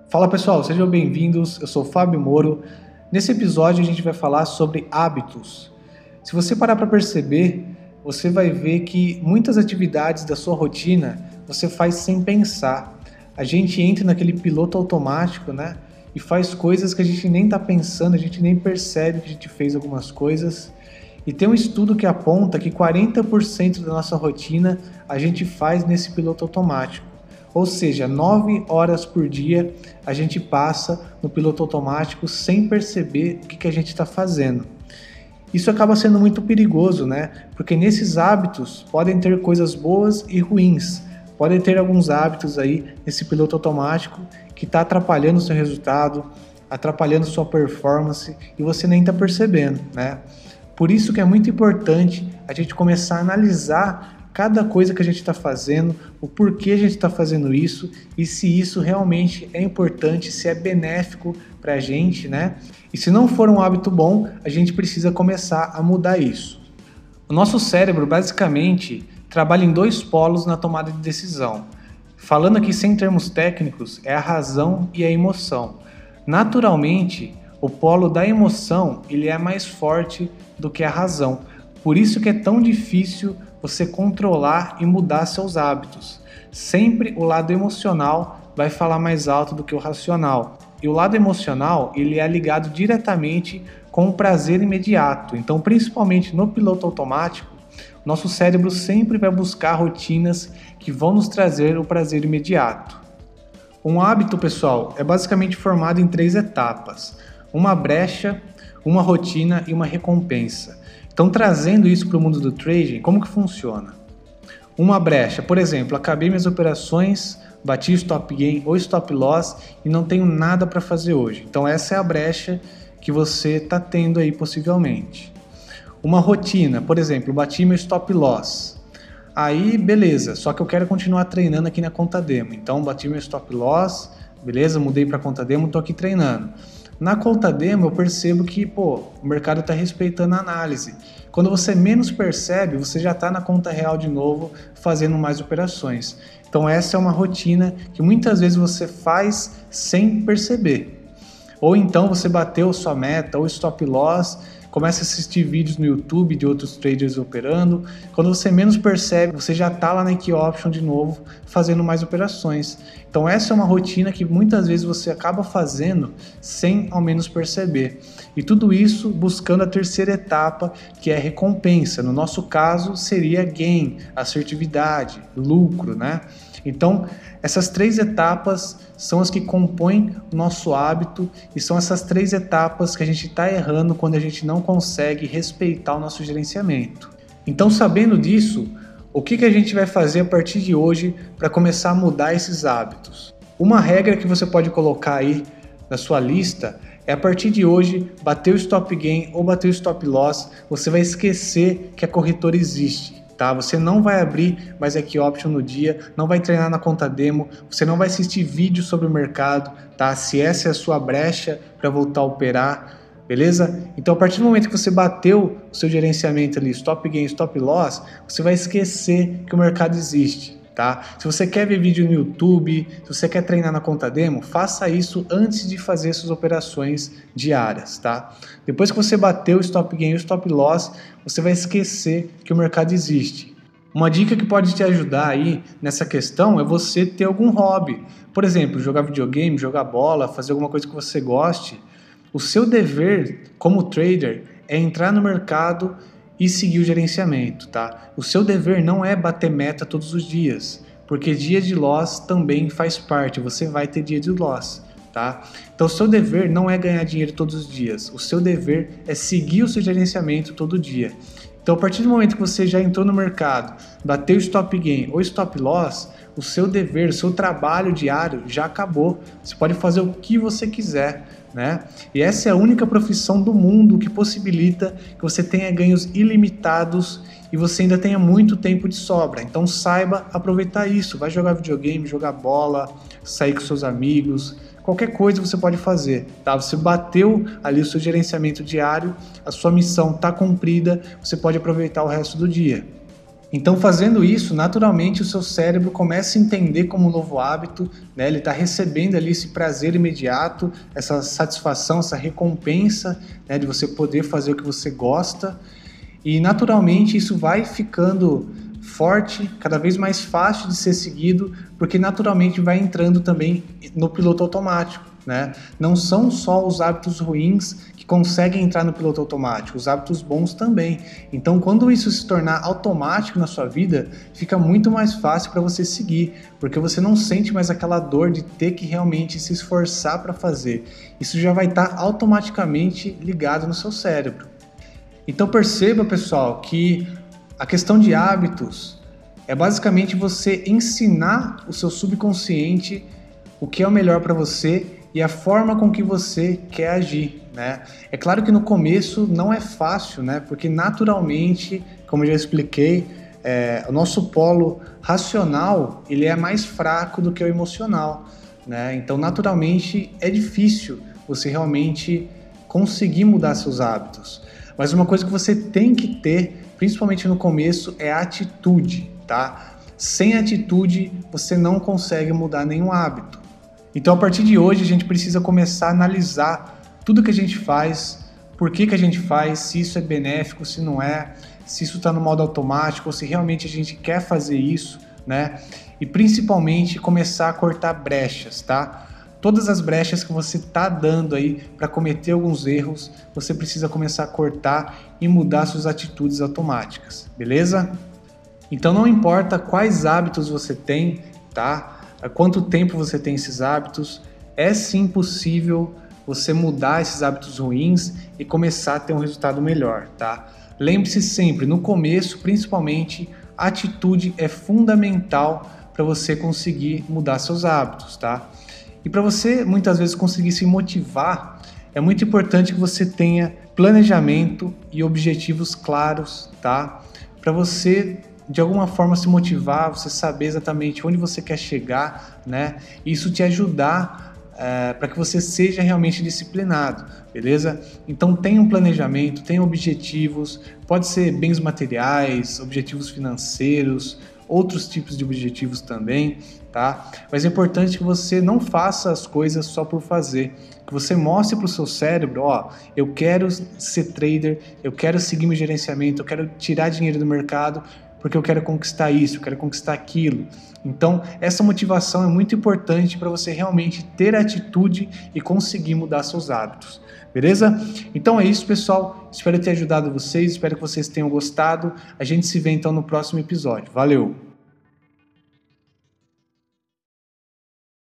Fala pessoal, sejam bem-vindos, eu sou o Fábio Moro. Nesse episódio a gente vai falar sobre hábitos. Se você parar para perceber, você vai ver que muitas atividades da sua rotina você faz sem pensar. A gente entra naquele piloto automático, né? E faz coisas que a gente nem está pensando, a gente nem percebe que a gente fez algumas coisas. E tem um estudo que aponta que 40% da nossa rotina a gente faz nesse piloto automático. Ou seja, 9 horas por dia a gente passa no piloto automático sem perceber o que a gente está fazendo. Isso acaba sendo muito perigoso, né? Porque nesses hábitos podem ter coisas boas e ruins. Podem ter alguns hábitos aí nesse piloto automático que está atrapalhando o seu resultado, atrapalhando sua performance e você nem está percebendo, né? Por isso que é muito importante a gente começar a analisar cada coisa que a gente está fazendo, o porquê a gente está fazendo isso e se isso realmente é importante, se é benéfico para a gente, né? E se não for um hábito bom, a gente precisa começar a mudar isso. O nosso cérebro, basicamente, trabalha em dois polos na tomada de decisão. Falando aqui sem termos técnicos, é a razão e a emoção. Naturalmente, o polo da emoção ele é mais forte do que a razão. Por isso que é tão difícil você controlar e mudar seus hábitos. Sempre o lado emocional vai falar mais alto do que o racional. E o lado emocional, ele é ligado diretamente com o prazer imediato. Então, principalmente no piloto automático, nosso cérebro sempre vai buscar rotinas que vão nos trazer o prazer imediato. Um hábito, pessoal, é basicamente formado em 3 etapas: uma brecha, uma rotina e uma recompensa. Então, trazendo isso para o mundo do trading, como que funciona? Uma brecha, por exemplo, acabei minhas operações, bati stop gain ou stop loss e não tenho nada para fazer hoje. Então, essa é a brecha que você está tendo aí possivelmente. Uma rotina, por exemplo, bati meu stop loss. Aí, beleza, só que eu quero continuar treinando aqui na conta demo. Então, bati meu stop loss, beleza, mudei para a conta demo, estou aqui treinando. Na conta demo eu percebo que o mercado está respeitando a análise. Quando você menos percebe, você já está na conta real de novo, fazendo mais operações. Então essa é uma rotina que muitas vezes você faz sem perceber. Ou então você bateu sua meta ou stop loss, começa a assistir vídeos no YouTube de outros traders operando. Quando você menos percebe, você já está lá na Key Option de novo, fazendo mais operações. Então essa é uma rotina que muitas vezes você acaba fazendo sem ao menos perceber. E tudo isso buscando a terceira etapa, que é a recompensa. No nosso caso, seria gain, assertividade, lucro, né? Então, essas 3 etapas são as que compõem o nosso hábito e são essas 3 etapas que a gente está errando quando a gente não consegue respeitar o nosso gerenciamento. Então, sabendo disso, o que a gente vai fazer a partir de hoje para começar a mudar esses hábitos? Uma regra que você pode colocar aí na sua lista é a partir de hoje, bater o stop gain ou bater o stop loss, você vai esquecer que a corretora existe. Tá? Você não vai abrir mais a Key Option no dia, não vai treinar na conta demo, você não vai assistir vídeos sobre o mercado, tá? Se essa é a sua brecha para voltar a operar, beleza? Então, a partir do momento que você bateu o seu gerenciamento ali, stop gain, stop loss, você vai esquecer que o mercado existe. Tá? Se você quer ver vídeo no YouTube, se você quer treinar na conta demo, faça isso antes de fazer suas operações diárias, tá? Depois que você bateu o stop gain e o stop loss, você vai esquecer que o mercado existe. Uma dica que pode te ajudar aí nessa questão é você ter algum hobby. Por exemplo, jogar videogame, jogar bola, fazer alguma coisa que você goste. O seu dever como trader é entrar no mercado e seguir o gerenciamento, tá? O seu dever não é bater meta todos os dias, porque dia de loss também faz parte, você vai ter dia de loss, tá? Então o seu dever não é ganhar dinheiro todos os dias, o seu dever é seguir o seu gerenciamento todo dia. Então a partir do momento que você já entrou no mercado, bateu stop gain ou stop loss, o seu dever, o seu trabalho diário já acabou, você pode fazer o que você quiser, né? E essa é a única profissão do mundo que possibilita que você tenha ganhos ilimitados e você ainda tenha muito tempo de sobra. Então saiba aproveitar isso, vai jogar videogame, jogar bola, sair com seus amigos, qualquer coisa você pode fazer, tá? Você bateu ali o seu gerenciamento diário, a sua missão está cumprida, você pode aproveitar o resto do dia. Então, fazendo isso, naturalmente o seu cérebro começa a entender como um novo hábito, né? Ele está recebendo ali esse prazer imediato, essa satisfação, essa recompensa, né, de você poder fazer o que você gosta. E naturalmente isso vai ficando forte, cada vez mais fácil de ser seguido, porque naturalmente vai entrando também no piloto automático, né? Não são só os hábitos ruins que conseguem entrar no piloto automático, os hábitos bons também. Então, quando isso se tornar automático na sua vida, fica muito mais fácil para você seguir, porque você não sente mais aquela dor de ter que realmente se esforçar para fazer. Isso já vai estar automaticamente ligado no seu cérebro. Então perceba, pessoal, que a questão de hábitos é basicamente você ensinar o seu subconsciente o que é o melhor para você e a forma com que você quer agir, né? É claro que no começo não é fácil, né? Porque naturalmente, como eu já expliquei, o nosso polo racional ele é mais fraco do que o emocional, né? Então naturalmente é difícil você realmente conseguir mudar seus hábitos. Mas uma coisa que você tem que ter, principalmente no começo, é a atitude, tá? Sem atitude, você não consegue mudar nenhum hábito. Então, a partir de hoje, a gente precisa começar a analisar tudo que a gente faz, por que a gente faz, se isso é benéfico, se não é, se isso está no modo automático, ou se realmente a gente quer fazer isso, né? E principalmente começar a cortar brechas, tá? Todas as brechas que você está dando aí para cometer alguns erros, você precisa começar a cortar e mudar suas atitudes automáticas, beleza? Então não importa quais hábitos você tem, tá? Há quanto tempo você tem esses hábitos, é sim possível você mudar esses hábitos ruins e começar a ter um resultado melhor, tá? Lembre-se sempre, no começo, principalmente, a atitude é fundamental para você conseguir mudar seus hábitos, tá? E para você, muitas vezes, conseguir se motivar, é muito importante que você tenha planejamento e objetivos claros, tá? Para você, de alguma forma, se motivar, você saber exatamente onde você quer chegar, né? E isso te ajudar para que você seja realmente disciplinado, beleza? Então tenha um planejamento, tenha objetivos, pode ser bens materiais, objetivos financeiros, outros tipos de objetivos também, tá? Mas é importante que você não faça as coisas só por fazer, que você mostre para o seu cérebro, ó, eu quero ser trader, eu quero seguir meu gerenciamento, eu quero tirar dinheiro do mercado, porque eu quero conquistar isso, eu quero conquistar aquilo. Então, essa motivação é muito importante para você realmente ter atitude e conseguir mudar seus hábitos. Beleza? Então é isso, pessoal. Espero ter ajudado vocês, espero que vocês tenham gostado. A gente se vê então no próximo episódio. Valeu!